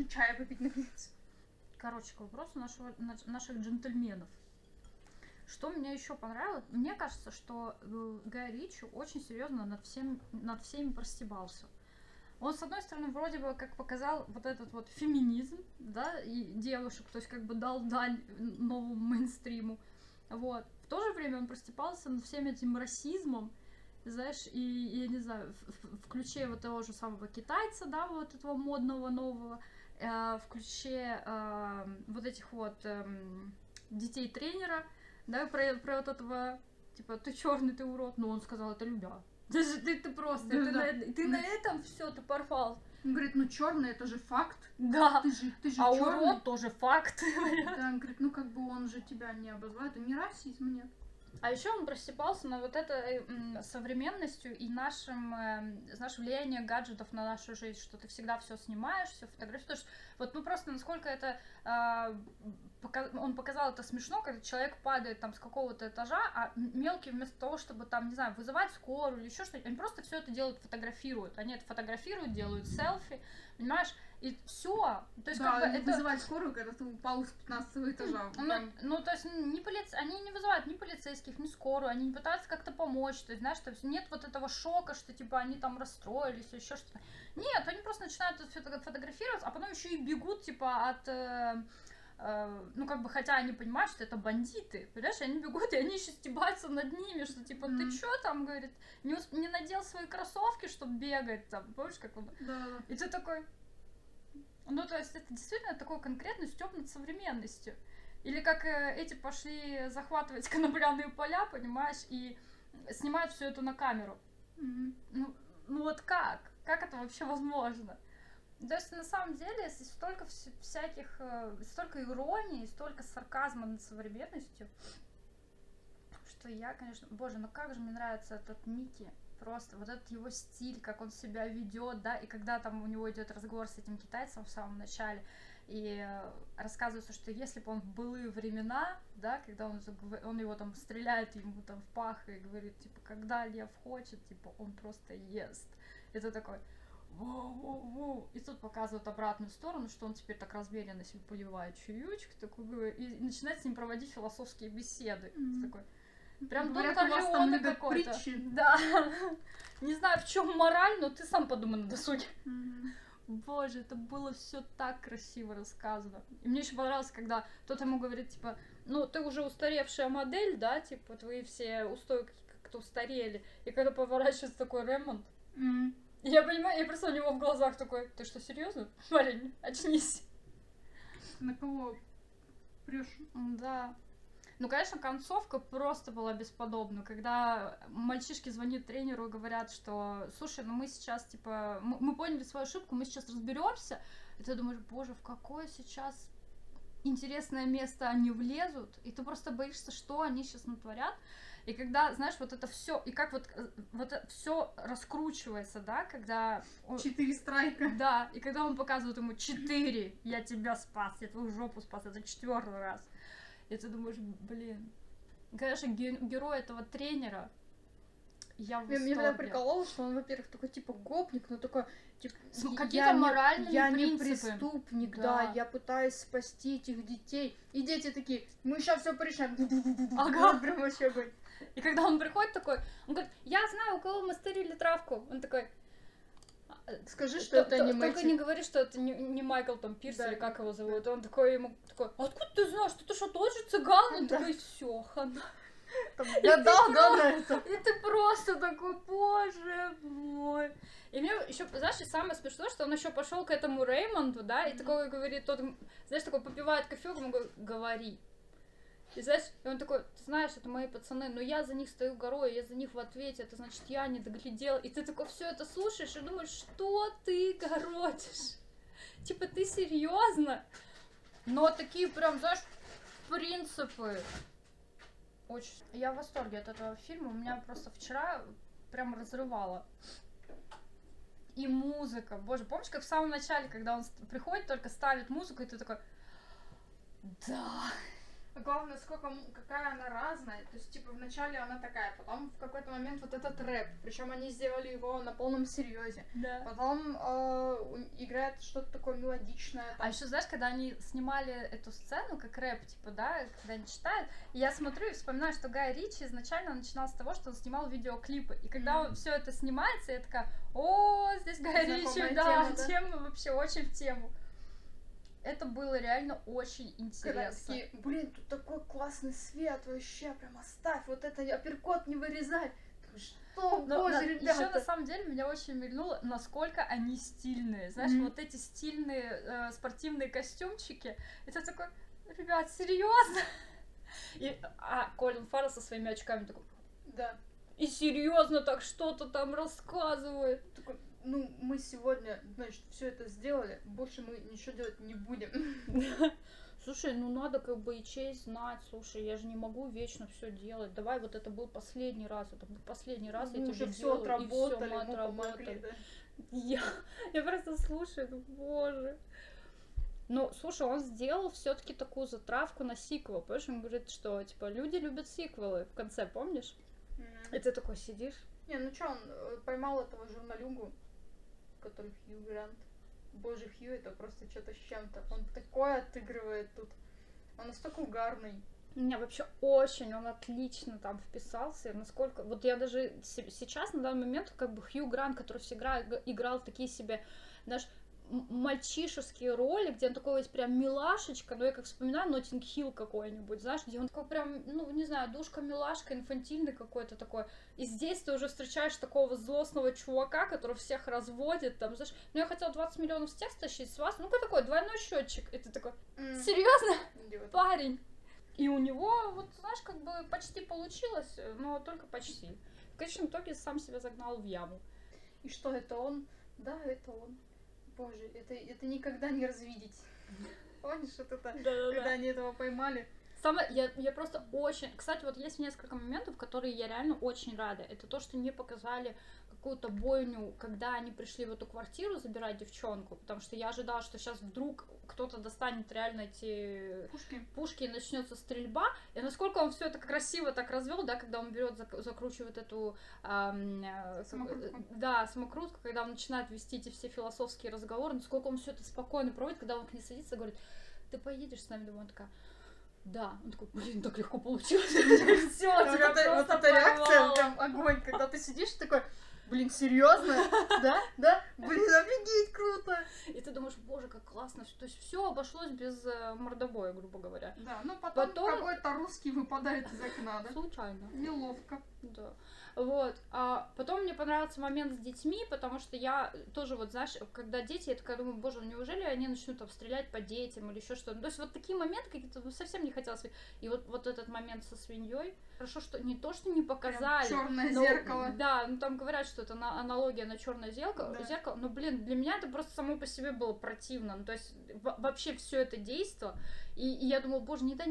чая попить, наконец. Короче, к вопросу наших джентльменов. Что мне еще понравилось? Мне кажется, что Гай Ричи очень серьезно над всеми простебался. Он, с одной стороны, вроде бы как показал вот этот вот феминизм, да, и девушек, то есть как бы дал дань новому мейнстриму, вот. В то же время он простебался над всем этим расизмом, знаешь, и я не знаю, в ключе вот того же самого китайца, да, вот этого модного нового, в ключе вот этих вот детей тренера, да, про вот этого, типа, ты черный, ты урод, но он сказал это любя. Ты просто, ты на этом все, ты порвал. Он говорит, ну черный это же факт. Да. Ты же а черный. урод тоже факт. Да, он говорит, ну как бы он же тебя не обозвал, это не расизм, нет. А еще он простебался на вот этой современностью и нашим, знаешь, влиянием гаджетов на нашу жизнь, что ты всегда все снимаешь, все фотографируешь. Вот, ну просто насколько это он показал это смешно, когда человек падает там с какого-то этажа, а мелкие вместо того, чтобы там, не знаю, вызывать скорую или еще что-нибудь, они просто все это делают, фотографируют. Они это фотографируют, делают селфи, понимаешь? И все. То есть, да, как бы это... вызывать скорую, когда ты упал с 15 этажа. Ну, то есть, они не вызывают ни полицейских, ни скорую, они не пытаются как-то помочь. То есть, знаешь, то есть нет вот этого шока, что типа они там расстроились или еще что-то. Нет, они просто начинают это фотографировать, а потом еще и бегут, типа, от. Ну, как бы, хотя они понимают, что это бандиты, понимаешь, они бегут, и они еще стебаются над ними, что, типа, ты чё там, говорит, не надел свои кроссовки, чтобы бегать, там, помнишь, как он... Да. И ты такой... Ну, то есть, это действительно такой конкретный стёб над современностью. Или как эти пошли захватывать конопляные поля, понимаешь, и снимают все это на камеру. Ну вот как? Как это вообще возможно? То есть, на самом деле, столько всяких, столько иронии, столько сарказма над современностью, что я, конечно... Боже, ну как же мне нравится этот Ники. Просто вот этот его стиль, как он себя ведет, да, и когда там у него идет разговор с этим китайцем в самом начале, и рассказывается, что если бы он в былые времена, да, когда он его там стреляет ему там в пах и говорит, типа, когда лев хочет, типа, он просто ест. Это такой... Воу-воу-воу. И тут показывают обратную сторону, что он теперь так размеренно себе поливает чаючек, такой, и начинает с ним проводить философские беседы. Такой, прям говорят, у вас там любят притчи. Да. Не знаю, в чем мораль, но ты сам подумай на досуге. Боже, это было все так красиво рассказано. И мне еще понравилось, когда кто-то ему говорит, типа, ну, ты уже устаревшая модель, да, типа, твои все устои как-то устарели. И когда поворачивается такой Ремонт, я понимаю, я просто у него в глазах такой, ты что, серьезно? Парень, очнись. На кого прешь? Да. Ну, конечно, концовка просто была бесподобна, когда мальчишки звонят тренеру и говорят, что, слушай, ну мы сейчас, типа, мы поняли свою ошибку, мы сейчас разберемся, и ты думаешь, боже, в какое сейчас интересное место они влезут, и ты просто боишься, что они сейчас натворят. И когда, знаешь, вот это все, и как вот все раскручивается, да, когда... 4 страйка. Да, и когда он показывает ему 4, я тебя спас, я твою жопу спас, это 4-й раз. И ты думаешь, блин, конечно, герой этого тренера, я в восторге. Меня тогда прикололо, что он, во-первых, такой, типа, гопник, но такой, типа, какие-то моральные я принципы. не преступник, да, я пытаюсь спасти этих детей. И дети такие, мы сейчас все порешаем. Ага. Прям вообще огонь. И когда он приходит такой, он говорит, я знаю, у кого мы стырили травку. Он такой, скажи, что это не Только не говори, что это не Майкл там Пирс, да, или как его зовут. Он такой ему такой, откуда ты знаешь, что ты что, тот же цыган? Он такой, все, хана. Да. И ты просто такой, боже мой. И мне еще, знаешь, самое смешное, что он еще пошел к этому Реймонду, да, и такой говорит, тот, знаешь, такой попивает кофе, ему говорит, говори. И знаешь, и он такой, ты знаешь, это мои пацаны, но я за них стою горой, я за них в ответе, это значит, я не доглядел. И ты такой все это слушаешь и думаешь, что ты городишь? Типа, ты серьезно? Но такие прям, знаешь, принципы. Очень. Я в восторге от этого фильма. У меня просто вчера прям разрывало. И музыка. Боже, помнишь, как в самом начале, когда он приходит, только ставит музыку, и ты такой, да. А главное, какая она разная. То есть, типа, вначале она такая, потом в какой-то момент вот этот рэп. Причем они сделали его на полном серьезе. Да. Потом играет что-то такое мелодичное. А еще знаешь, когда они снимали эту сцену, как рэп, типа, да, когда они читают, и я смотрю и вспоминаю, что Гай Ричи изначально начинал с того, что он снимал видеоклипы. И когда все это снимается, я такая, о, здесь Гай Ричи, да, тема вообще очень в тему. Это было реально очень интересно. Такие, блин, тут такой классный свет, вообще, прям оставь, вот это апперкот не вырезай. Что, боже, ребята. Еще на самом деле меня очень мельнуло, насколько они стильные. Знаешь, вот эти стильные спортивные костюмчики. Это такой, ребят, серьезно? Колин Фаррелл со своими очками такой. Да. И серьезно так что-то там рассказывает. Такой, ну, мы сегодня, значит, все это сделали, больше мы ничего делать не будем. Слушай, ну надо как бы и честь знать, слушай, я же не могу вечно все делать. Давай, вот это был последний раз, я тебе уже все делаю, отработали, и все, мы отработали. Я просто слушаю, ну, боже. Ну, слушай, он сделал все-таки такую затравку на сиквел, понимаешь? Он говорит, что, типа, люди любят сиквелы в конце, помнишь? И ты такой сидишь. Не, ну что, он поймал этого журналюгу, который Хью Грант. Боже, Хью, это просто что-то с чем-то. Он такое отыгрывает тут. Он настолько угарный. Меня вообще очень, он отлично там вписался. Насколько... Вот я даже сейчас, на данный момент, как бы Хью Грант, который всегда играл такие себе, знаешь, мальчишеские роли, где он такой весь прям милашечка, но я как вспоминаю Ноттинг Хилл какой-нибудь, знаешь, где он такой прям, ну, не знаю, душка-милашка, инфантильный какой-то такой. И здесь ты уже встречаешь такого злостного чувака, который всех разводит, там, знаешь, ну, я хотела 20 миллионов с тех стащить, с вас, ну-ка такой, двойной счетчик. И ты такой, серьезно, парень? И у него, вот, знаешь, как бы почти получилось, но только почти. В конечном итоге сам себя загнал в яму. И что, это он? Да, это он. Боже, это никогда не развидеть. Помнишь, вот это, когда они этого поймали? Я просто очень... Кстати, вот есть несколько моментов, которые я реально очень рада. Это то, что не показали какую-то бойню, когда они пришли в эту квартиру забирать девчонку, потому что я ожидала, что сейчас вдруг кто-то достанет реально эти пушки и начнется стрельба. И насколько он все это красиво так развел, да, когда он берет, закручивает эту самокрутку, когда он начинает вести эти все философские разговоры, насколько он все это спокойно проводит, когда он к ней садится и говорит, ты поедешь с нами домой? Он такая, да. Он такой, блин, так легко получилось. Все, вот эта реакция прям огонь, когда ты сидишь такой, блин, серьезно? Да? Да? Блин, офигеть, круто! И ты думаешь, боже, как классно. То есть все обошлось без мордобоя, грубо говоря. Да, ну потом какой-то русский выпадает из окна, да? Случайно. Неловко. Да. Вот. А потом мне понравился момент с детьми, потому что я тоже, вот, знаешь, когда дети, я такая думаю, боже, неужели они начнут там стрелять по детям или еще что-то. То есть вот такие моменты какие-то совсем не хотелось. И вот этот момент со свиньей. Хорошо, что не то, что не показали. Черное зеркало. Да, ну там говорят, что это аналогия на черное зеркало, но, блин, для меня это просто само по себе было противно. Ну, то есть вообще все это действо. И я думала, боже, вот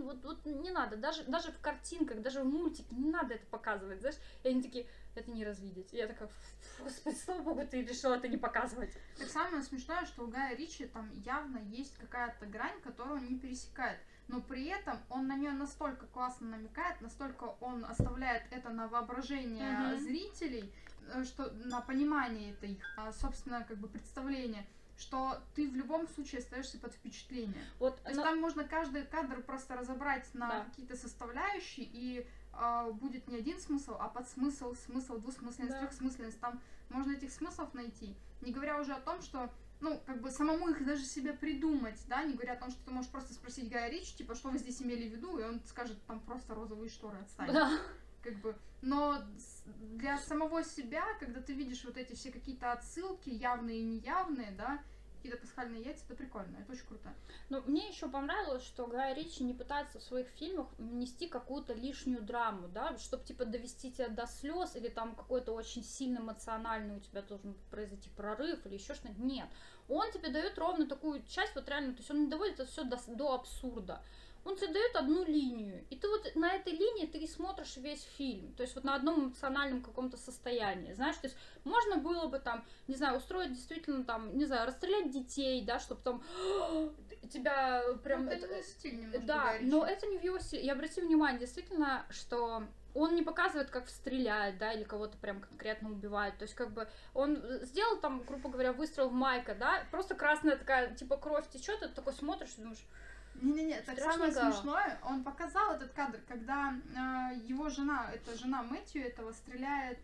не надо, даже в картинках, даже в мультике не надо это показывать, знаешь. И они такие, это не развидеть. И я такая, господи, слава богу, ты решила это не показывать. Так самое смешное, что у Гая Ричи там явно есть какая-то грань, которую он не пересекает. Но при этом он на нее настолько классно намекает, настолько он оставляет это на воображение зрителей, что на понимание это их, собственно, как бы представление, что ты в любом случае остаешься под впечатлением. Вот, то есть там можно каждый кадр просто разобрать на какие-то составляющие, и будет не один смысл, а подсмысл, смысл, двусмысленность, трехсмысленность. Там можно этих смыслов найти. Не говоря уже о том, что ну, как бы самому их даже себе придумать, да, не говоря о том, что ты можешь просто спросить Гая Ричи, типа, что вы здесь имели в виду, и он скажет, там просто розовые шторы, отстань. Да. Как бы, но для самого себя, когда ты видишь вот эти все какие-то отсылки, явные и неявные, да, какие-то пасхальные яйца, это прикольно, это очень круто. Но мне еще понравилось, что Гай Ричи не пытается в своих фильмах внести какую-то лишнюю драму, да, чтобы типа довести тебя до слез или там какой-то очень сильно эмоциональный у тебя должен произойти прорыв или еще что-нибудь. Нет, он тебе дает ровно такую часть, вот реально, то есть он не доводит это все до абсурда. он тебе дает одну линию, и ты вот на этой линии ты и смотришь весь фильм, то есть вот на одном эмоциональном каком-то состоянии, знаешь, то есть можно было бы там, не знаю, устроить действительно там, не знаю, расстрелять детей, да, чтобы там тебя прям... Это не стиль немножко. Да, но это не в его стиле. И обрати внимание, действительно, что он не показывает, как стреляет, да, или кого-то прям конкретно убивает. То есть, как бы, он сделал там, грубо говоря, выстрел в Майка, да, просто красная такая, типа, кровь течет, и ты такой смотришь и думаешь... Не-не-не, так самое смешное, он показал этот кадр, когда его жена, это жена Мэтью этого, стреляет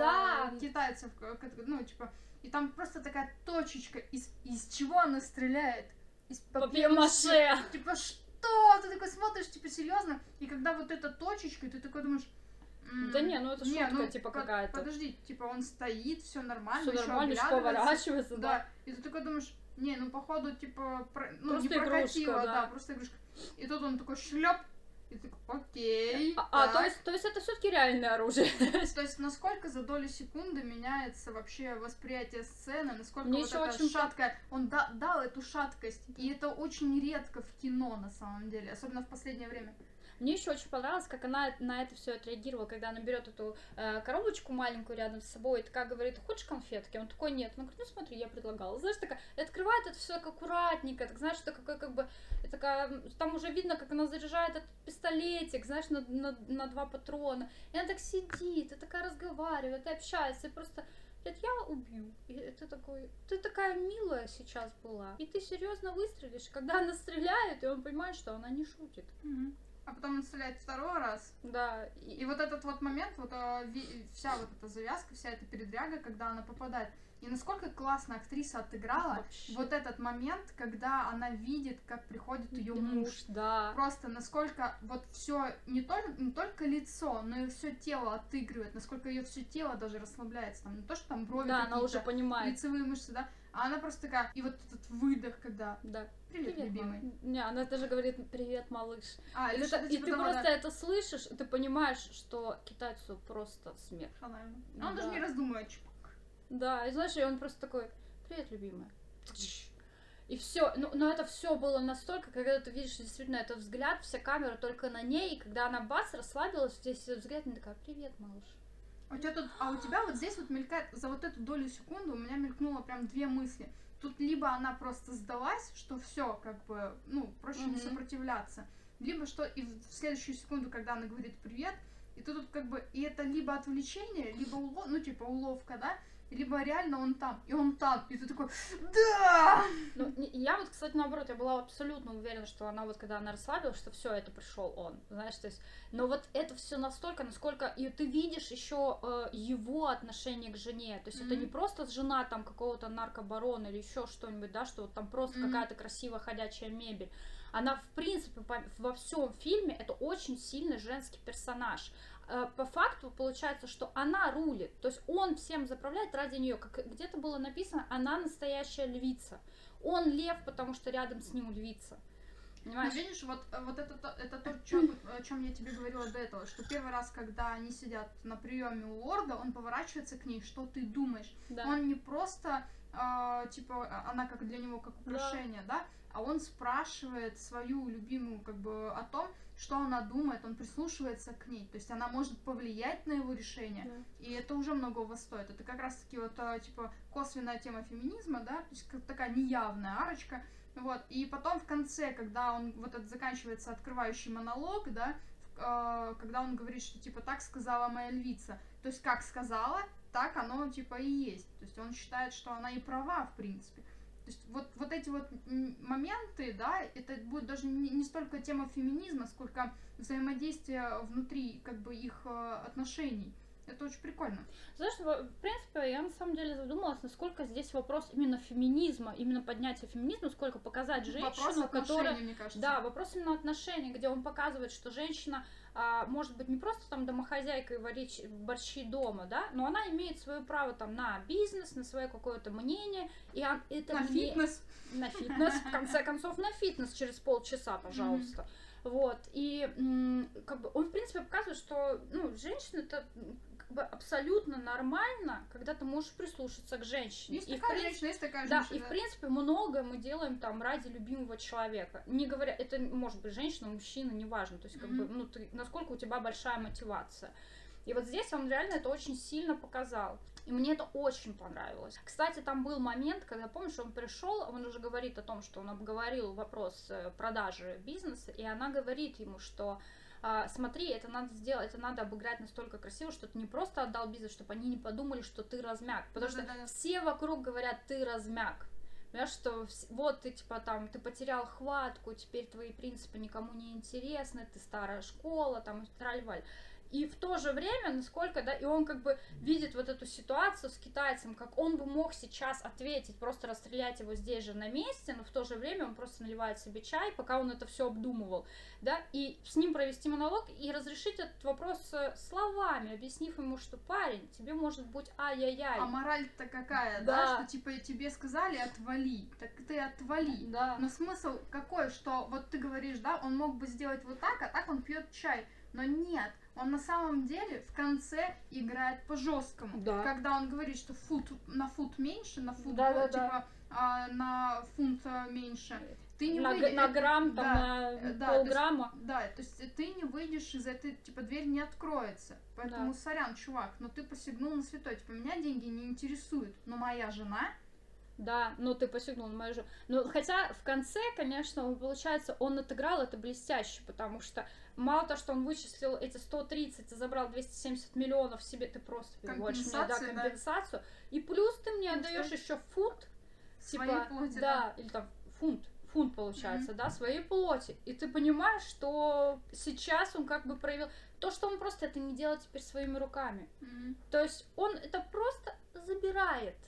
в китайцев, ну, типа, и там просто такая точечка, из чего она стреляет? Из папье-маше. Типа, что? Ты такой смотришь, типа, серьезно? И когда вот эта точечка, ты такой думаешь... Да не, ну это шутка, типа, какая-то. Подожди, типа, он стоит, все нормально, все нормально, еще поворачивается, да. И ты такой думаешь, не, ну, походу, типа, ну, просто не прокатило, игрушка, да, просто игрушка. И тут он такой шлеп, и ты такой, окей. То есть это все-таки реальное оружие. То есть насколько за долю секунды меняется вообще восприятие сцены, насколько мне вот это очень шаткое, он дал эту шаткость, и это очень редко в кино на самом деле, особенно в последнее время. Мне еще очень понравилось, как она на это все отреагировала, когда она берет эту коробочку маленькую рядом с собой, и такая говорит: хочешь конфетки? Он такой: нет. Она говорит: ну смотри, я предлагала. Знаешь, такая, и открывает это все так аккуратненько, так знаешь, такая, как бы, такая, там уже видно, как она заряжает этот пистолетик, знаешь, на 2 патрона. И она так сидит, и такая разговаривает, и общается, и просто... Говорит: я убью. И ты такой, ты такая милая сейчас была, и ты серьезно выстрелишь. Когда она стреляет, и он понимает, что она не шутит. А потом он стреляет второй раз. Да. И вот этот вот момент, вот вся вот эта завязка, вся эта передряга, когда она попадает. И насколько классно актриса отыграла вообще вот этот момент, когда она видит, как приходит ее муж. Да. Просто насколько вот все не только лицо, но и все тело отыгрывает, насколько ее все тело даже расслабляется. Там не то, что там брови, да, она уже понимает. Лицевые мышцы, да. А она просто такая, и вот этот выдох, когда... Да. Привет, любимый. Не, она даже говорит: привет, малыш. И ты просто это слышишь, и ты понимаешь, что китайцу просто смерть. Он даже не раздумывает, чпок. Да, и знаешь, и он просто такой: привет, любимая. И все, но это все было настолько, когда ты видишь действительно этот взгляд, вся камера только на ней, и когда она бац, расслабилась, здесь взгляд, она такая: привет, малыш. У тебя вот здесь вот мелькает, за вот эту долю секунды у меня мелькнуло прям 2 мысли. Тут либо она просто сдалась, что все, как бы, ну, проще не сопротивляться, либо что и в следующую секунду, когда она говорит привет, и ты тут как бы, и это либо отвлечение, либо уловка, да, либо реально он там, и ты такой: да! Ну, я вот, кстати, наоборот, я была абсолютно уверена, что она вот, когда она расслабилась, что все, это пришел он, знаешь, то есть, но вот это все настолько, насколько, и ты видишь еще его отношение к жене, то есть это не просто жена там какого-то наркобарона или еще что-нибудь, да, что вот там просто какая-то красивая ходячая мебель. Она, в принципе, во всем фильме это очень сильный женский персонаж. По факту получается, что она рулит, то есть он всем заправляет ради нее, как где-то было написано: она настоящая львица, он лев, потому что рядом с ним львица. Понимаешь? Ну, видишь, вот это то, о чем я тебе говорила до этого, что первый раз, когда они сидят на приеме у лорда, он поворачивается к ней: что ты думаешь? Да. Он не просто, типа, она как для него как украшение, да, а он спрашивает свою любимую, как бы, о том, что она думает, он прислушивается к ней, то есть она может повлиять на его решение, и это уже многого стоит. Это как раз-таки вот, типа, косвенная тема феминизма, да, то есть такая неявная арочка, вот, и потом в конце, когда он, вот это заканчивается открывающий монолог, да, когда он говорит, что, типа, так сказала моя львица, то есть как сказала, так оно, типа, и есть, то есть он считает, что она и права, в принципе. То есть вот эти вот моменты, да, это будет даже не столько тема феминизма, сколько взаимодействие внутри, как бы, их отношений. Это очень прикольно. Знаешь, в принципе, я на самом деле задумалась, насколько здесь вопрос именно феминизма, именно поднятия феминизма, сколько показать женщину, которая... Мне кажется. Да, вопрос именно отношений, где он показывает, что женщина может быть не просто там домохозяйкой варить борщи дома, да, но она имеет свое право там на бизнес, на свое какое-то мнение, и это на фитнес. На фитнес, в конце концов, на фитнес через полчаса, пожалуйста. Вот, и как бы он, в принципе, показывает, что, ну, женщина это как бы абсолютно нормально, когда ты можешь прислушаться к женщине. Есть такая женщина, есть такая да, женщина. И в принципе многое мы делаем там ради любимого человека. Не говоря, это может быть женщина, мужчина, неважно. То есть как бы, ну, насколько у тебя большая мотивация. И вот здесь он реально это очень сильно показал. И мне это очень понравилось. Кстати, там был момент, когда, помнишь, он пришел, он уже говорит о том, что он обговорил вопрос продажи бизнеса, и она говорит ему, что смотри, это надо сделать, это надо обыграть настолько красиво, что ты не просто отдал бизнес, чтобы они не подумали, что ты размяк. Потому что все вокруг говорят, ты размяк. Понимаешь, что вот ты типа там, ты потерял хватку, теперь твои принципы никому не интересны, ты старая школа, там, и траль-валь. И в то же время, насколько, да, и он как бы видит вот эту ситуацию с китайцем, как он бы мог сейчас ответить, просто расстрелять его здесь же на месте, но в то же время он просто наливает себе чай, пока он это все обдумывал, да, и с ним провести монолог и разрешить этот вопрос словами, объяснив ему, что парень, тебе может быть ай-яй-яй. А мораль-то какая, да, что типа тебе сказали отвали, так ты отвали. Да. Но смысл какой, что вот ты говоришь, да, он мог бы сделать вот так, а так он пьет чай. Но нет, он на самом деле в конце играет по-жесткому. Да. Когда он говорит, что на фут меньше, на фут, да. на фунт меньше. Ты не на грамм, там, на полграмма. То есть ты не выйдешь из этой, типа, дверь не откроется. Поэтому, сорян, чувак, но ты посягнул на святой. Типа, меня деньги не интересуют, но моя жена... Да, ну ты посягнул на мою жену. Ну, хотя в конце, конечно, получается, он отыграл это блестяще, потому что мало того, что он вычислил эти 130 и забрал 270 миллионов себе, ты просто переводишь мне, да, компенсацию, и плюс ты мне отдаешь еще фунт, типа, плоти, да, или там фунт получается, да, своей плоти. И ты понимаешь, что сейчас он как бы проявил то, что он просто это не делает теперь своими руками. То есть он это просто забирает.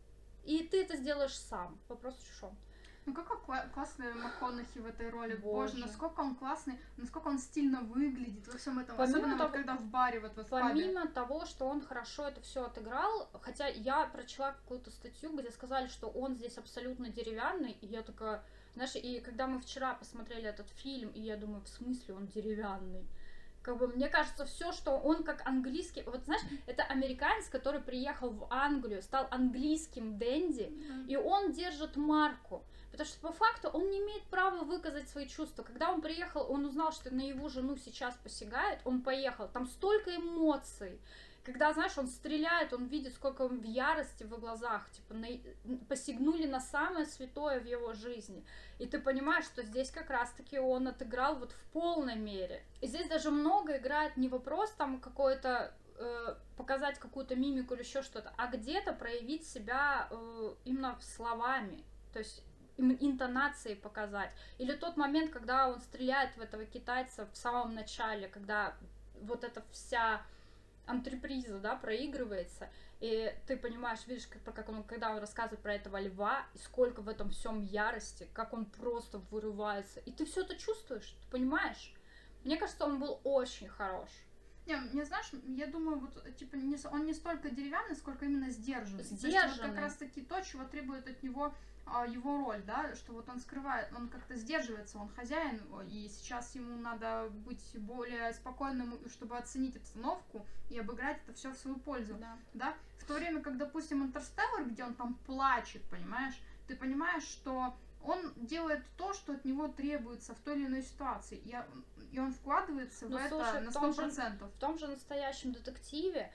И ты это сделаешь сам. Вопрос в чем? Ну какой классный МакКонахи в этой роли. Боже, насколько он классный, насколько он стильно выглядит во всем этом. Помимо особенно того, когда в баре вот в помимо пабе. того, что он хорошо это все отыграл, хотя я прочла какую-то статью, где сказали, что он здесь абсолютно деревянный, и я такая, знаешь, и когда мы вчера посмотрели этот фильм, и я думаю, в смысле он деревянный? Как бы мне кажется, все, что он как английский... Вот знаешь, это американец, который приехал в Англию, стал английским денди, и он держит марку. Потому что по факту он не имеет права выказать свои чувства. Когда он приехал, он узнал, что на его жену сейчас посягает, он поехал. Там столько эмоций. Когда, знаешь, он стреляет, он видит, сколько он в ярости в глазах, типа, посягнули на самое святое в его жизни. И ты понимаешь, что здесь как раз-таки он отыграл вот в полной мере. И здесь даже много играет не вопрос там какой-то, показать какую-то мимику или еще что-то, а где-то проявить себя именно словами. То есть интонацией показать. Или тот момент, когда он стреляет в этого китайца в самом начале, когда вот эта вся антреприза, да, проигрывается, и ты понимаешь, видишь, как он, когда он рассказывает про этого льва, и сколько в этом всем ярости, как он просто вырывается, и ты все это чувствуешь, ты понимаешь? Мне кажется, он был очень хорош. Не, знаешь, я думаю, вот, типа, он не столько деревянный, сколько именно сдержанный. Сдержанный. То есть, вот как раз-таки то, чего требует от него его роль, да, что вот он скрывает, он как-то сдерживается, он хозяин, и сейчас ему надо быть более спокойным, чтобы оценить обстановку и обыграть это все в свою пользу, да. В то время как, допустим, Интерстеллар, где он там плачет, понимаешь, ты понимаешь, что он делает то, что от него требуется в той или иной ситуации, и он вкладывается в это на 100%. В том же настоящем детективе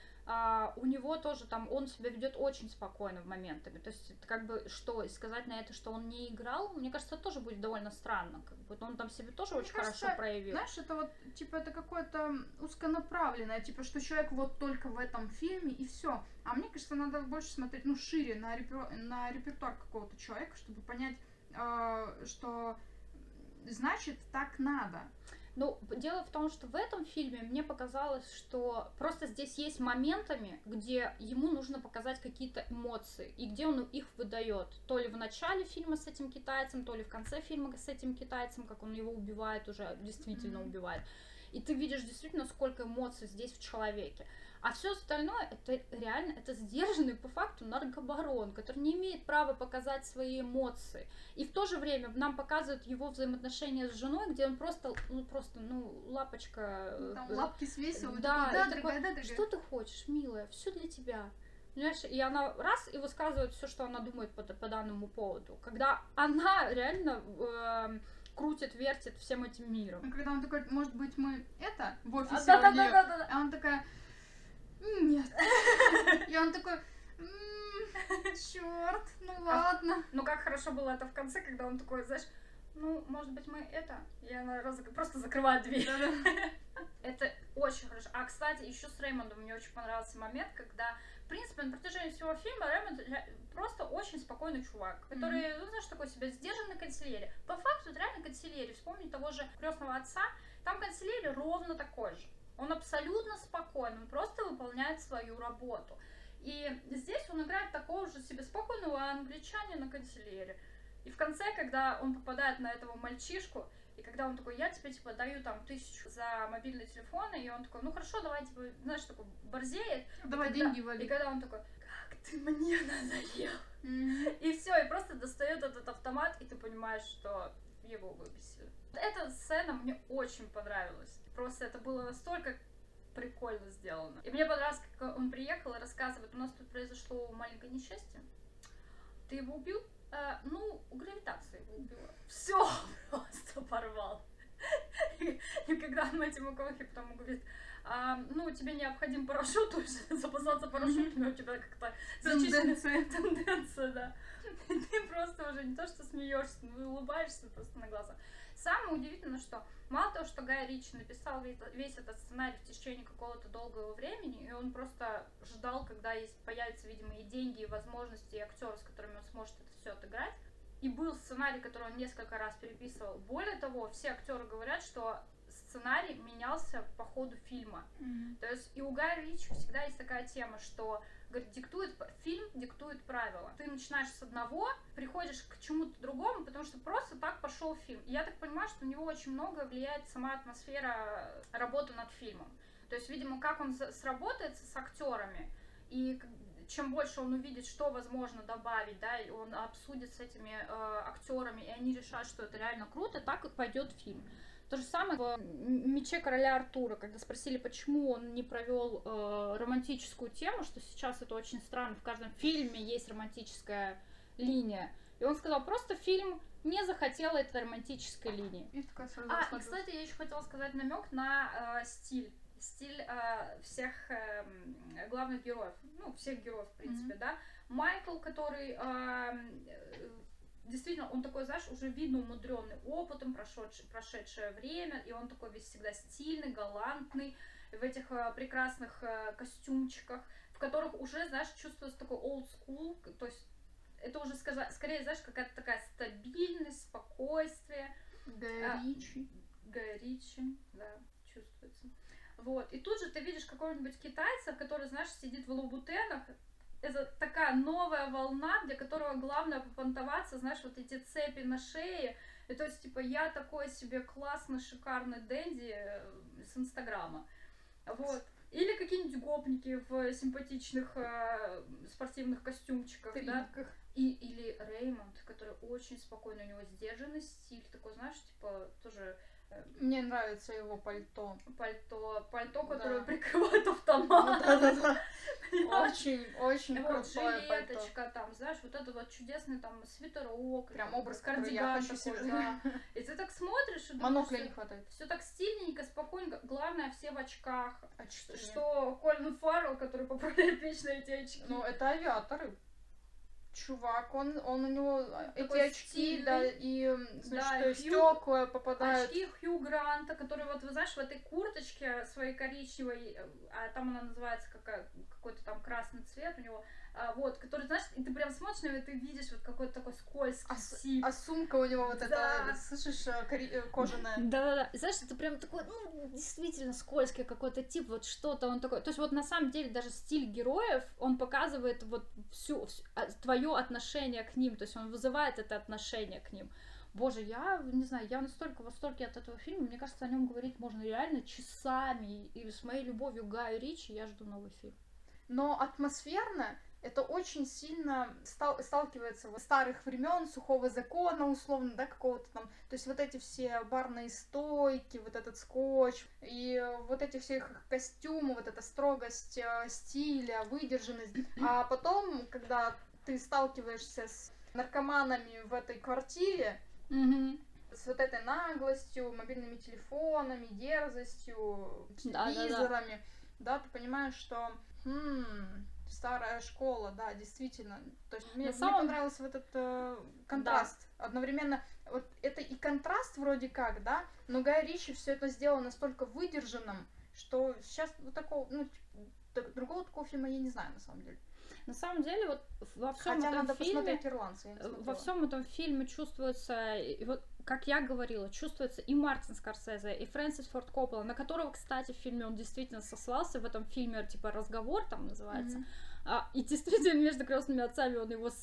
у него тоже там, он себя ведет очень спокойно в моментами. То есть, как бы, что, сказать на это, что он не играл, мне кажется, это тоже будет довольно странно. Как бы, он там себя тоже очень хорошо проявил. Знаешь, это вот, типа, это какое-то узконаправленное, типа, что человек вот только в этом фильме, и все. А мне кажется, надо больше смотреть, ну, шире на репертуар какого-то человека, чтобы понять, что значит так надо. Ну, дело в том, что в этом фильме мне показалось, что просто здесь есть моментами, где ему нужно показать какие-то эмоции, и где он их выдает. То ли в начале фильма с этим китайцем, то ли в конце фильма с этим китайцем, как он его убивает, уже действительно убивает. И ты видишь действительно, сколько эмоций здесь в человеке. А все остальное, это реально, это сдержанный по факту наркобарон, который не имеет права показать свои эмоции. И в то же время нам показывают его взаимоотношения с женой, где он просто, лапочка... Там лапки свесил, да, и такой, дорогая, что ты хочешь, милая, все для тебя. Понимаешь? И она раз и высказывает все, что она думает по данному поводу. Когда она реально крутит, вертит всем этим миром. И когда он такой, может быть, мы это в офисе Да. А он такая, нет. И он такой, черт, ну ладно. Ну как хорошо было это в конце, когда он такой, знаешь, может быть, мы это... И она просто закрывает дверь. Это очень хорошо. А, кстати, еще с Реймондом мне очень понравился момент, когда, в принципе, на протяжении всего фильма Реймонд просто очень спокойный чувак, который, знаешь, такой себя сдержанный консильери. По факту, это реально консильери. Вспомни того же крестного отца, там консильери ровно такой же. Он абсолютно спокойный, он просто выполняет свою работу. И здесь он играет такого же себе спокойного англичанина консильери. И в конце, когда он попадает на этого мальчишку, и когда он такой, я тебе, даю там 1000 за мобильный телефон, и он такой, хорошо, давай, знаешь, такой борзеет. Давай деньги вали. И когда он такой, как ты мне надоел. И все, и просто достает этот автомат, и ты понимаешь, что его выбесили. Эта сцена мне очень понравилась. Просто это было настолько прикольно сделано. И мне понравилось, как он приехал и рассказывает, у нас тут произошло маленькое несчастье. Ты его убил? Гравитация его убила. Все просто порвал. И когда он Мэтью МакКонахи потом говорит, тебе необходим парашют, то есть запасаться парашютами, у тебя как-то тенденция, да. И ты просто уже не то что смеешься, улыбаешься просто на глаза. Самое удивительное, что мало того, что Гай Ричи написал весь этот сценарий в течение какого-то долгого времени, и он просто ждал, когда появятся, видимо, и деньги, и возможности, и актеры, с которыми он сможет это все отыграть. И был сценарий, который он несколько раз переписывал. Более того, все актеры говорят, что сценарий менялся по ходу фильма. То есть и у Гая Ричи всегда есть такая тема, что говорит, фильм диктует правила. Ты начинаешь с одного, приходишь к чему-то другому, потому что просто так пошел фильм. И я так понимаю, что у него очень много влияет сама атмосфера работы над фильмом. То есть, видимо, как он сработается с актерами, и чем больше он увидит, что возможно добавить, да, и он обсудит с этими актерами, и они решат, что это реально круто, так и пойдет фильм. То же самое в «Мече короля Артура», когда спросили, почему он не провел романтическую тему, что сейчас это очень странно, в каждом фильме есть романтическая линия. И он сказал, просто фильм не захотел этой романтической линии. И, кстати, я еще хотела сказать намек на стиль всех главных героев, всех героев, в принципе, да. Майкл, который... Действительно, он такой, знаешь, уже видно умудренный опытом, прошедшее время, и он такой весь всегда стильный, галантный, в этих прекрасных костюмчиках, в которых уже, знаешь, чувствуется такой old school, то есть это уже скорее, знаешь, какая-то такая стабильность, спокойствие. Гай Ричи, да, чувствуется. Вот, и тут же ты видишь какого-нибудь китайца, который, знаешь, сидит в лабутенах. Это такая новая волна, для которого главное попонтоваться, знаешь, вот эти цепи на шее. И то есть, типа, я такой себе классный, шикарный дэнди с Инстаграма. Вот. Или какие-нибудь гопники в симпатичных спортивных костюмчиках, да? Или Реймонд, который очень спокойный, у него сдержанный стиль, такой, знаешь, типа, тоже... Мне нравится его пальто. Пальто, которое прикрывает автомат. Да. Очень крутое жилеточка, там, знаешь, вот это вот чудесный там свитерок. Прям образ, кардиган такой, да. И ты так смотришь и думаешь, монокля не хватает. Все так стильненько, спокойненько. Главное, все в очках. Что Колин Фаррелл, который поправляет вечно эти очки. Это авиаторы. Чувак, он у него такой эти очки, стильный. Да, и стекла попадают. Очки Хью Гранта, который вот, вы знаешь, в этой курточке своей коричневой, а там она называется какой-то там красный цвет у него, вот, который, знаешь, и ты прям смотришь на него, и ты видишь вот какой-то такой скользкий тип. А сумка у него вот эта, слышишь, кожаная. Да. Знаешь, это прям такой, действительно скользкий какой-то тип, вот что-то он такой. То есть вот на самом деле даже стиль героев, он показывает вот всю твое отношение к ним, то есть он вызывает это отношение к ним. Боже, я не знаю, я настолько в восторге от этого фильма, мне кажется, о нем говорить можно реально часами, и с моей любовью к Гаю Ричи я жду новый фильм. Но атмосферно это очень сильно сталкивается с старых времен, сухого закона, условно, да, какого-то там. То есть вот эти все барные стойки, вот этот скотч, и вот эти все их костюмы, вот эта строгость стиля, выдержанность. А потом, когда ты сталкиваешься с наркоманами в этой квартире, с вот этой наглостью, мобильными телефонами, дерзостью, телевизорами, да, ты понимаешь, что старая школа, да, действительно. То есть мне понравился вот этот контраст. Да. Одновременно, вот это и контраст вроде как, да, но Гай Ричи все это сделал настолько выдержанным, что сейчас вот такого, ну, другого такого фильма я не знаю, на самом деле. На самом деле, вот во всем Хотя этом надо фильме, посмотреть «Ирландца», я не смотрела. во всем этом фильме чувствуется, и вот, как я говорила, чувствуется и Мартин Скорсезе, и Фрэнсис Форд Коппола, на которого, кстати, в фильме он действительно сослался, в этом фильме, типа, «Разговор» там называется, и действительно между «Крестными отцами» он его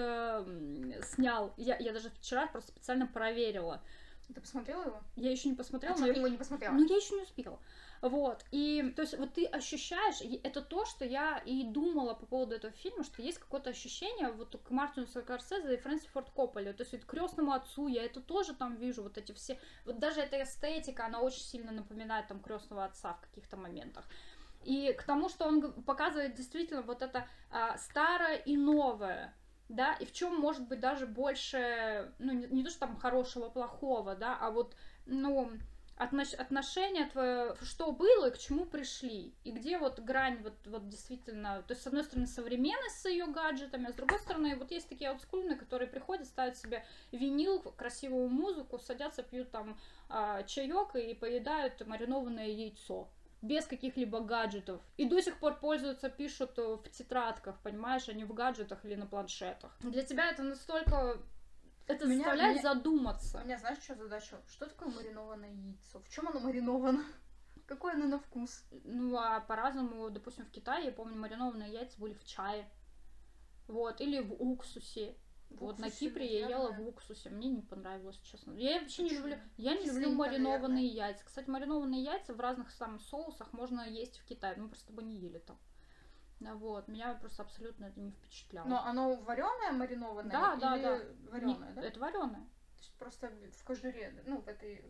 снял. Я даже вчера просто специально проверила. Ты посмотрела его? Я еще не посмотрела. А его не посмотрела? Ну, я еще не успела. Вот, и, то есть, вот ты ощущаешь, это то, что я и думала по поводу этого фильма, что есть какое-то ощущение вот к Мартину Скорсезе и Фрэнсису Форд Копполе, то есть, вот к «Крестному отцу» я это тоже там вижу, вот эти все, вот даже эта эстетика, она очень сильно напоминает там «Крестного отца» в каких-то моментах. И к тому, что он показывает действительно вот это старое и новое, да, и в чем может быть даже больше, ну, не то, что там хорошего, плохого, да, а вот, ну, отношение твое, что было и к чему пришли, и где вот грань вот действительно, то есть с одной стороны современность с ее гаджетами, а с другой стороны вот есть такие олдскульные, которые приходят, ставят себе винил, красивую музыку, садятся, пьют там чаек и поедают маринованное яйцо без каких-либо гаджетов. И до сих пор пользуются, пишут в тетрадках, понимаешь, а не в гаджетах или на планшетах. Для тебя это настолько... Это заставляет задуматься. У меня, знаешь, что задача? Что такое маринованное яйцо? В чем оно мариновано? Какое оно на вкус? Ну, а по-разному, допустим, в Китае, я помню, маринованные яйца были в чае. Вот, или в уксусе. Вот на Кипре я ела в уксусе. Мне не понравилось, честно. Я вообще не люблю. Я не люблю маринованные яйца. Кстати, маринованные яйца в разных самых соусах можно есть в Китае. Мы просто бы не ели там. Вот, меня просто абсолютно это не впечатляло. Но оно вареное маринованное? Да, да, или да. Вареное, да? Это вареное. То есть просто в кожуре, ну, в этой...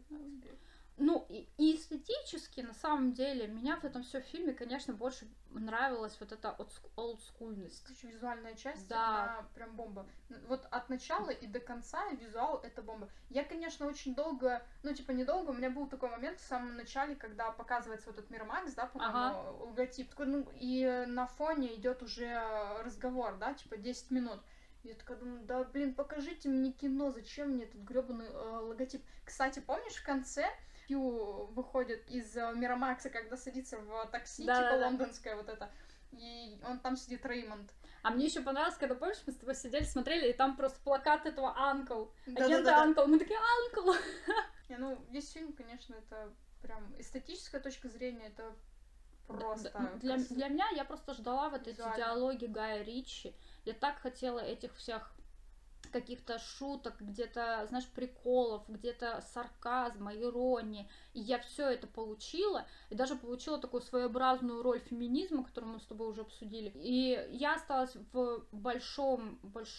Ну, и эстетически, на самом деле, меня в этом все фильме, конечно, больше нравилась вот эта олдскульность. Визуальная часть, да. Она прям бомба. Вот от начала и до конца визуал — это бомба. Я, конечно, очень долго, ну, типа, недолго, у меня был такой момент в самом начале, когда показывается вот этот Miramax, да, по-моему, логотип, такой, ну, и на фоне идет уже разговор, да, типа, 10 минут. Я такая думаю, да, блин, покажите мне кино, зачем мне этот грёбаный логотип. Кстати, помнишь, в конце Хью выходит из Мирамакса, когда садится в такси, да, типа лондонское вот это, и он там сидит Реймонд. А мне еще понравилось, когда, помнишь, мы с тобой сидели, смотрели, и там просто плакат этого Анкл, агента Анкл, мы такие, Анкл! Ну, весь фильм, конечно, это прям эстетическая точка зрения, это просто... Для меня, я просто ждала вот эти диалоги Гая Ричи, я так хотела этих всех каких-то шуток, где-то, знаешь, приколов, где-то сарказма, иронии. И я все это получила, и даже получила такую своеобразную роль феминизма, которую мы с тобой уже обсудили. И я осталась в большом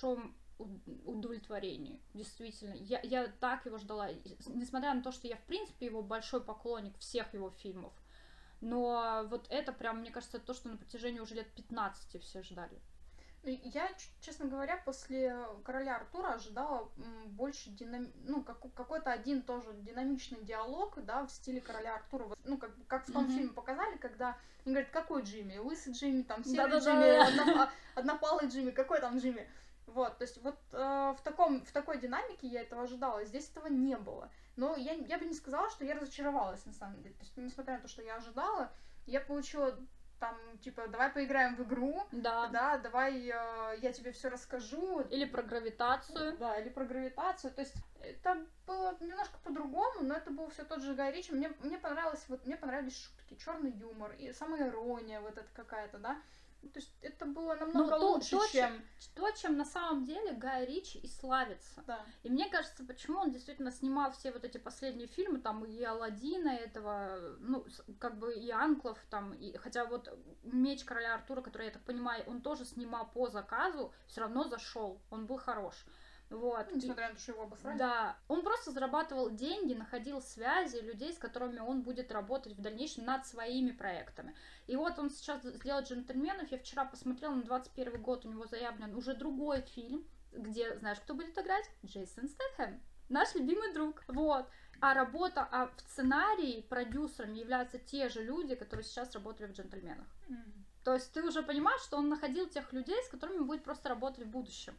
удовлетворении, действительно. Я так его ждала. Несмотря на то, что я, в принципе, его большой поклонник всех его фильмов. Но вот это прям, мне кажется, то, что на протяжении уже лет 15 все ждали. Я, честно говоря, после «Короля Артура» ожидала больше какой-то один тоже динамичный диалог, да, в стиле «Короля Артура». Вот, ну, как в том фильме показали, когда он говорит, какой Джимми? Лысый Джимми, там, серый Джимми, однопалый Джимми, какой там Джимми? Вот, то есть вот в такой динамике я этого ожидала, здесь этого не было. Но я бы не сказала, что я разочаровалась, на самом деле. То есть, несмотря на то, что я ожидала, я получила... Там, типа, давай поиграем в игру, да, давай я тебе все расскажу. Или про гравитацию. Да, или про гравитацию. То есть это было немножко по-другому, но это был все тот же Гай Ричи. Мне понравились шутки, черный юмор и самая ирония вот эта какая-то, да. То есть это было намного лучше, чем... То, чем на самом деле Гай Ричи и славится. Да. И мне кажется, почему он действительно снимал все вот эти последние фильмы, там и Аладдина этого, ну, как бы и Анклов, там, и... хотя вот Меч Короля Артура, который, я так понимаю, он тоже снимал по заказу, все равно зашел, он был хорош. Вот. Несмотря на то, что его обосрали. Да, он просто зарабатывал деньги, находил связи, людей, с которыми он будет работать в дальнейшем над своими проектами. И вот он сейчас сделал «Джентльменов». Я вчера посмотрела, на 21 год у него заявлен уже другой фильм, где, знаешь, кто будет играть? Джейсон Стэтхэм, наш любимый друг. Вот. А работа в сценарии продюсерами являются те же люди, которые сейчас работали в «Джентльменах». То есть ты уже понимаешь, что он находил тех людей, с которыми будет просто работать в будущем.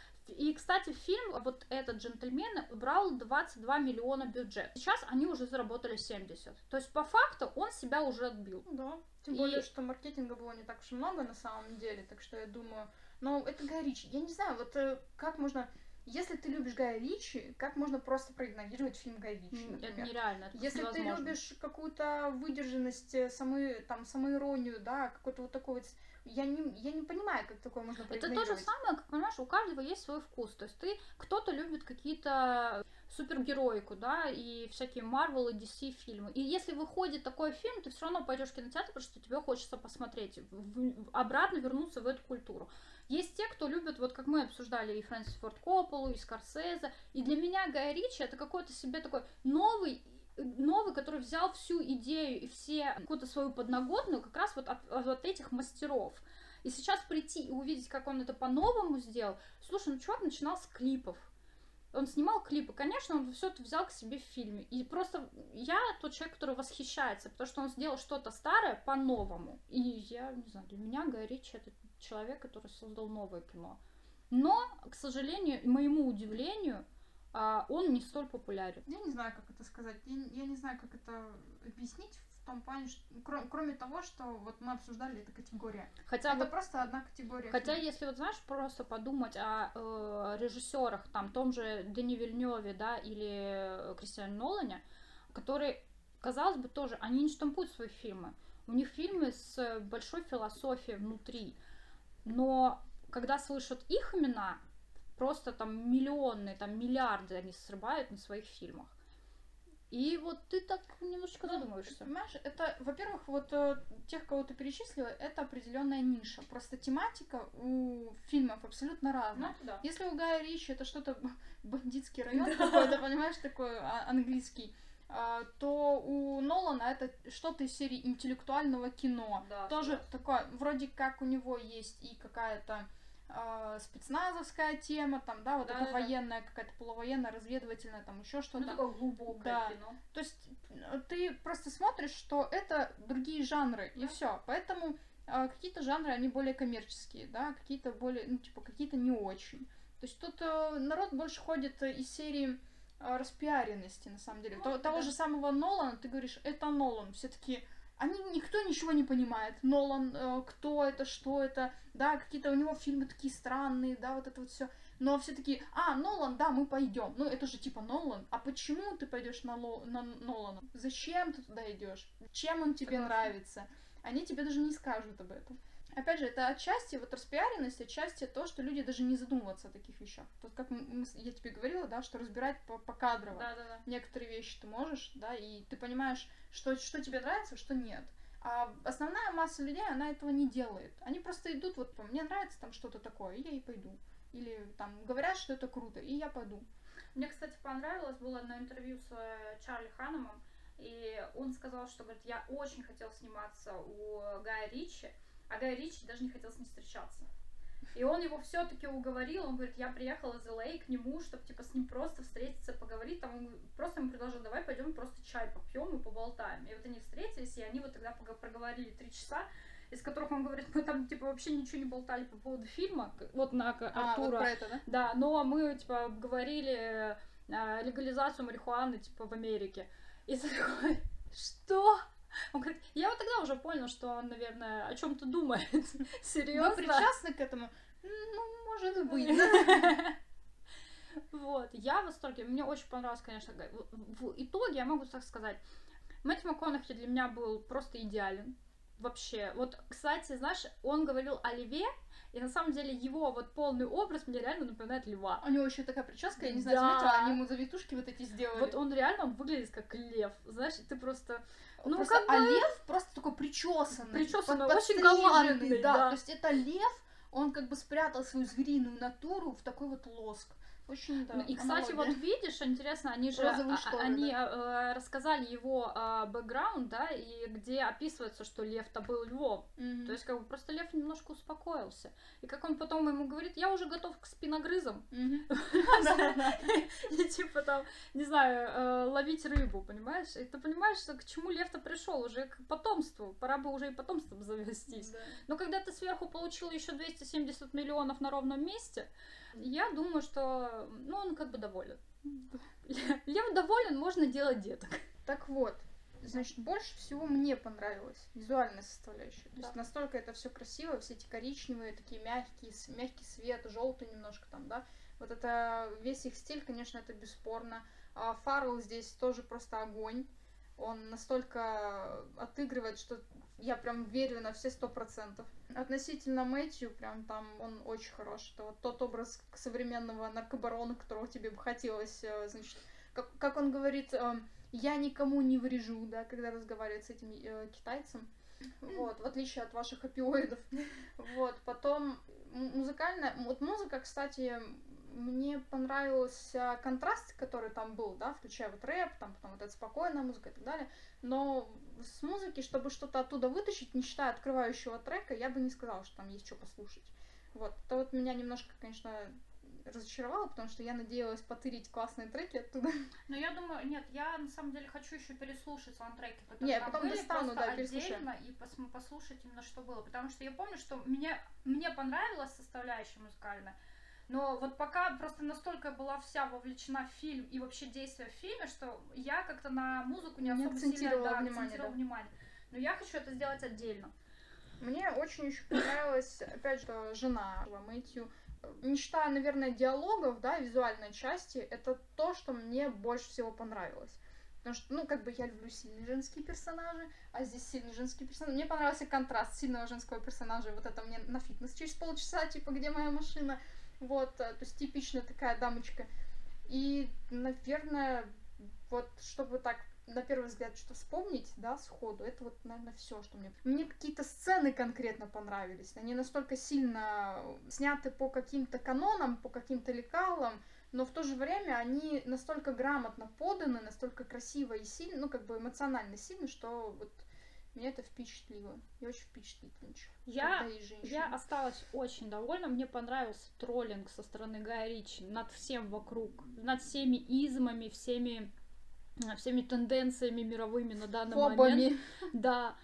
И, кстати, фильм, вот этот «Джентльмены», брал 22 миллиона бюджет. Сейчас они уже заработали 70. То есть, по факту, он себя уже отбил. Да. Тем более, что маркетинга было не так уж и много на самом деле. Так что я думаю... Но это Гай Ричи. Я не знаю, вот как можно... Если ты любишь Гая Ричи, как можно просто проигнорировать фильм Гая Ричи, например? Это нереально, это Если невозможно. ты любишь какую-то выдержанность, самоиронию, да, какой-то вот такой вот... Я не понимаю, как такое можно проигнорировать. Это то же самое, как, понимаешь, у каждого есть свой вкус. То есть кто-то любит какие-то супергероику, да, и всякие Marvel и DC фильмы. И если выходит такой фильм, ты все равно пойдешь в кинотеатр, потому что тебе хочется посмотреть, обратно вернуться в эту культуру. Есть те, кто любит, вот как мы обсуждали и Фрэнсис Форд Копполу, и Скорсезе. И для меня Гай Ричи это какой-то себе такой новый, который взял всю идею и все какую-то свою подноготную как раз вот от этих мастеров. И сейчас прийти и увидеть, как он это по-новому сделал. Слушай, чувак начинал с клипов. Он снимал клипы. Конечно, он все это взял к себе в фильме. И просто я тот человек, который восхищается, потому что он сделал что-то старое по-новому. И я не знаю, для меня Гай Ричи это человек, который создал новое кино. Но, к сожалению, и моему удивлению, он не столь популярен. Я не знаю, как это сказать. Я не знаю, как это объяснить в том плане, что, кроме того, что вот мы обсуждали, это категория. Хотя это вот, просто одна категория. Хотя, если вот, знаешь, просто подумать о режиссерах, там, том же Дени Вильнёве, да, или Кристофере Нолане, которые, казалось бы, тоже, они не штампуют свои фильмы. У них фильмы с большой философией внутри. Но когда слышат их имена, просто там миллионы, там миллиарды они срывают на своих фильмах. И вот ты так немножечко задумываешься. Понимаешь, это, во-первых, вот тех, кого ты перечислила, это определенная ниша. Просто тематика у фильмов абсолютно разная. Ну, да. Если у Гая Ричи это что-то бандитский район какой-то, понимаешь, такой английский, то у Нолана это что-то из серии интеллектуального кино. Да, тоже да. такое, вроде как у него есть и какая-то спецназовская тема, там, да, вот да, это да, военная, какая-то полувоенная, разведывательная, там еще что-то. Ну, такое глубокое кино. То есть ты просто смотришь, что это другие жанры, и все. Поэтому какие-то жанры, они более коммерческие, да, какие-то более, ну, типа, какие-то не очень. То есть тут народ больше ходит из серии распиаренности, на самом деле. Того же самого Нолана, ты говоришь, это Нолан, все таки никто ничего не понимает. Нолан, кто это, что это, да, какие-то у него фильмы такие странные, да, вот это вот все. Но все такие, Нолан, да, мы пойдем. Ну, это же типа Нолан. А почему ты пойдешь на Нолана? Зачем ты туда идешь? Чем он тебе нравится? Они тебе даже не скажут об этом. Опять же, это отчасти вот распиаренность, отчасти то, что люди даже не задумываются о таких вещах. Вот как я тебе говорила, да, что разбирать покадрово. Да. Некоторые вещи ты можешь, да, и ты понимаешь, что тебе нравится, что нет. А основная масса людей, она этого не делает. Они просто идут, вот, мне нравится там что-то такое, и я и пойду. Или там говорят, что это круто, и я пойду. Мне, кстати, понравилось, было на интервью с Чарли Ханнемом, и он сказал, что, говорит, я очень хотел сниматься у Гая Ричи, а Гай Ричи даже не хотел с ним встречаться. И он его все-таки уговорил, он говорит, я приехала из LA к нему, чтобы типа с ним просто встретиться, поговорить, там он просто ему предложил, давай пойдем просто чай попьем и поболтаем. И вот они встретились, и они вот тогда проговорили 3 часа, из которых он говорит, мы там типа вообще ничего не болтали по поводу фильма, вот на Артура. Вот про это, да? Да, но мы типа говорили легализацию марихуаны типа в Америке. И такой, что? Он говорит, я вот тогда уже понял, что он, наверное, о чем-то думает. Серьезно? Вы причастны к этому? Ну, может быть. Вот, я в восторге. Мне очень понравилось, конечно. В итоге я могу так сказать. Мэтью МакКонахи для меня был просто идеален. вообще. Вот, кстати, знаешь, он говорил о льве, и на самом деле его вот полный образ мне реально напоминает льва. У него еще такая прическа, я не знаю, заметила, они ему завитушки вот эти сделали. Вот он реально, он выглядит как лев. Знаешь, ты просто... Ну, просто, как бы... А лев просто такой причесанный. Причесанный, очень галантный, да. То есть это лев, он как бы спрятал свою звериную натуру в такой вот лоск. Очень, да, и, кстати, вот видишь, интересно, они же рассказали его бэкграунд, да, и где описывается, что лев-то был львом. То есть, как бы, просто лев немножко успокоился. И как он потом ему говорит, я уже готов к спиногрызам. И типа там, не знаю, ловить рыбу, понимаешь? И ты понимаешь, что к чему лев-то пришел уже к потомству. Пора бы уже и потомством завестись. Но когда ты сверху получил еще 270 миллионов на ровном месте, я думаю, что, ну, он как бы доволен. Лев доволен, можно делать деток. Так вот, значит, больше всего мне понравилась визуальная составляющая. То есть настолько это все красиво, все эти коричневые, такие мягкий свет, желтый немножко там, да. Вот это, весь их стиль, конечно, это бесспорно. А Фаррелл здесь тоже просто огонь. Он настолько отыгрывает, что я прям верю на все 100%. Относительно Мэтью, прям там он очень хорош. Это вот тот образ современного наркобарона, которого тебе бы хотелось, значит, как он говорит, я никому не врежу, да, когда разговаривает с этим китайцем. Вот, в отличие от ваших опиоидов. Вот, потом музыкальная, вот музыка, кстати, мне понравился контраст, который там был, да, включая вот рэп, там потом вот эта спокойная музыка и так далее, но с музыки, чтобы что-то оттуда вытащить, не считая открывающего трека, я бы не сказала, что там есть что послушать. Вот, это вот меня немножко, конечно, разочаровало, потому что я надеялась потырить классные треки оттуда. Но я думаю, нет, я на самом деле хочу еще переслушать саундтреки, которые не, потом были, достану, просто да, отдельно и послушать именно, что было, потому что я помню, что мне понравилась составляющая музыкальная, но вот пока просто настолько была вся вовлечена в фильм и вообще действие в фильме, что я как-то на музыку не особо сильно акцентировала внимание. Но я хочу это сделать отдельно. Мне очень еще понравилась, опять же, жена Мэтью. Не считая, наверное, диалогов, да, визуальной части, это то, что мне больше всего понравилось. Потому что, ну, как бы я люблю сильные женские персонажи, а здесь сильный женский персонаж. Мне понравился контраст сильного женского персонажа. Вот это мне на фитнес через полчаса, типа, где моя машина. Вот, то есть типичная такая дамочка. И, наверное, вот, чтобы так на первый взгляд что вспомнить, да, сходу, это вот, наверное, все, что мне... Мне какие-то сцены конкретно понравились. Они настолько сильно сняты по каким-то канонам, по каким-то лекалам, но в то же время они настолько грамотно поданы, настолько красиво и сильно, ну, как бы эмоционально сильно, что вот меня это впечатлило. И очень впечатлительно. Я осталась очень довольна. Мне понравился троллинг со стороны Гая Ричи над всем вокруг, над всеми измами, всеми тенденциями мировыми на данный момент. Да.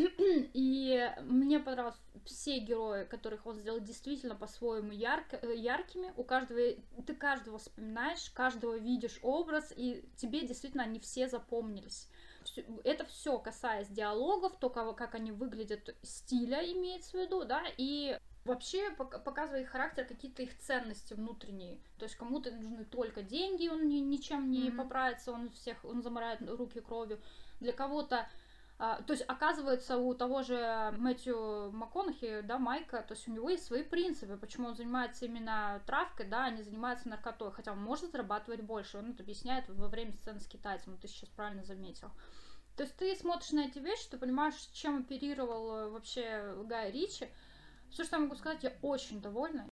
И мне понравились все герои, которых он сделал действительно по-своему яркими. Ты каждого вспоминаешь, каждого видишь образ, и тебе действительно они все запомнились. Это все касаясь диалогов, то, как они выглядят, стиля имеется в виду, да, и вообще показывает характер, какие-то их ценности внутренние. То есть кому-то нужны только деньги, он ничем не поправится, он замарает руки кровью. Для кого-то, то есть оказывается, у того же Мэтью МакКонахи, да, Майка, то есть у него есть свои принципы, почему он занимается именно травкой, да, а не занимается наркотой, хотя он может зарабатывать больше, он это объясняет во время сцены с китайцем, ты сейчас правильно заметил. То есть ты смотришь на эти вещи, ты понимаешь, чем оперировал вообще Гай Ричи. Все, что я могу сказать, я очень довольна.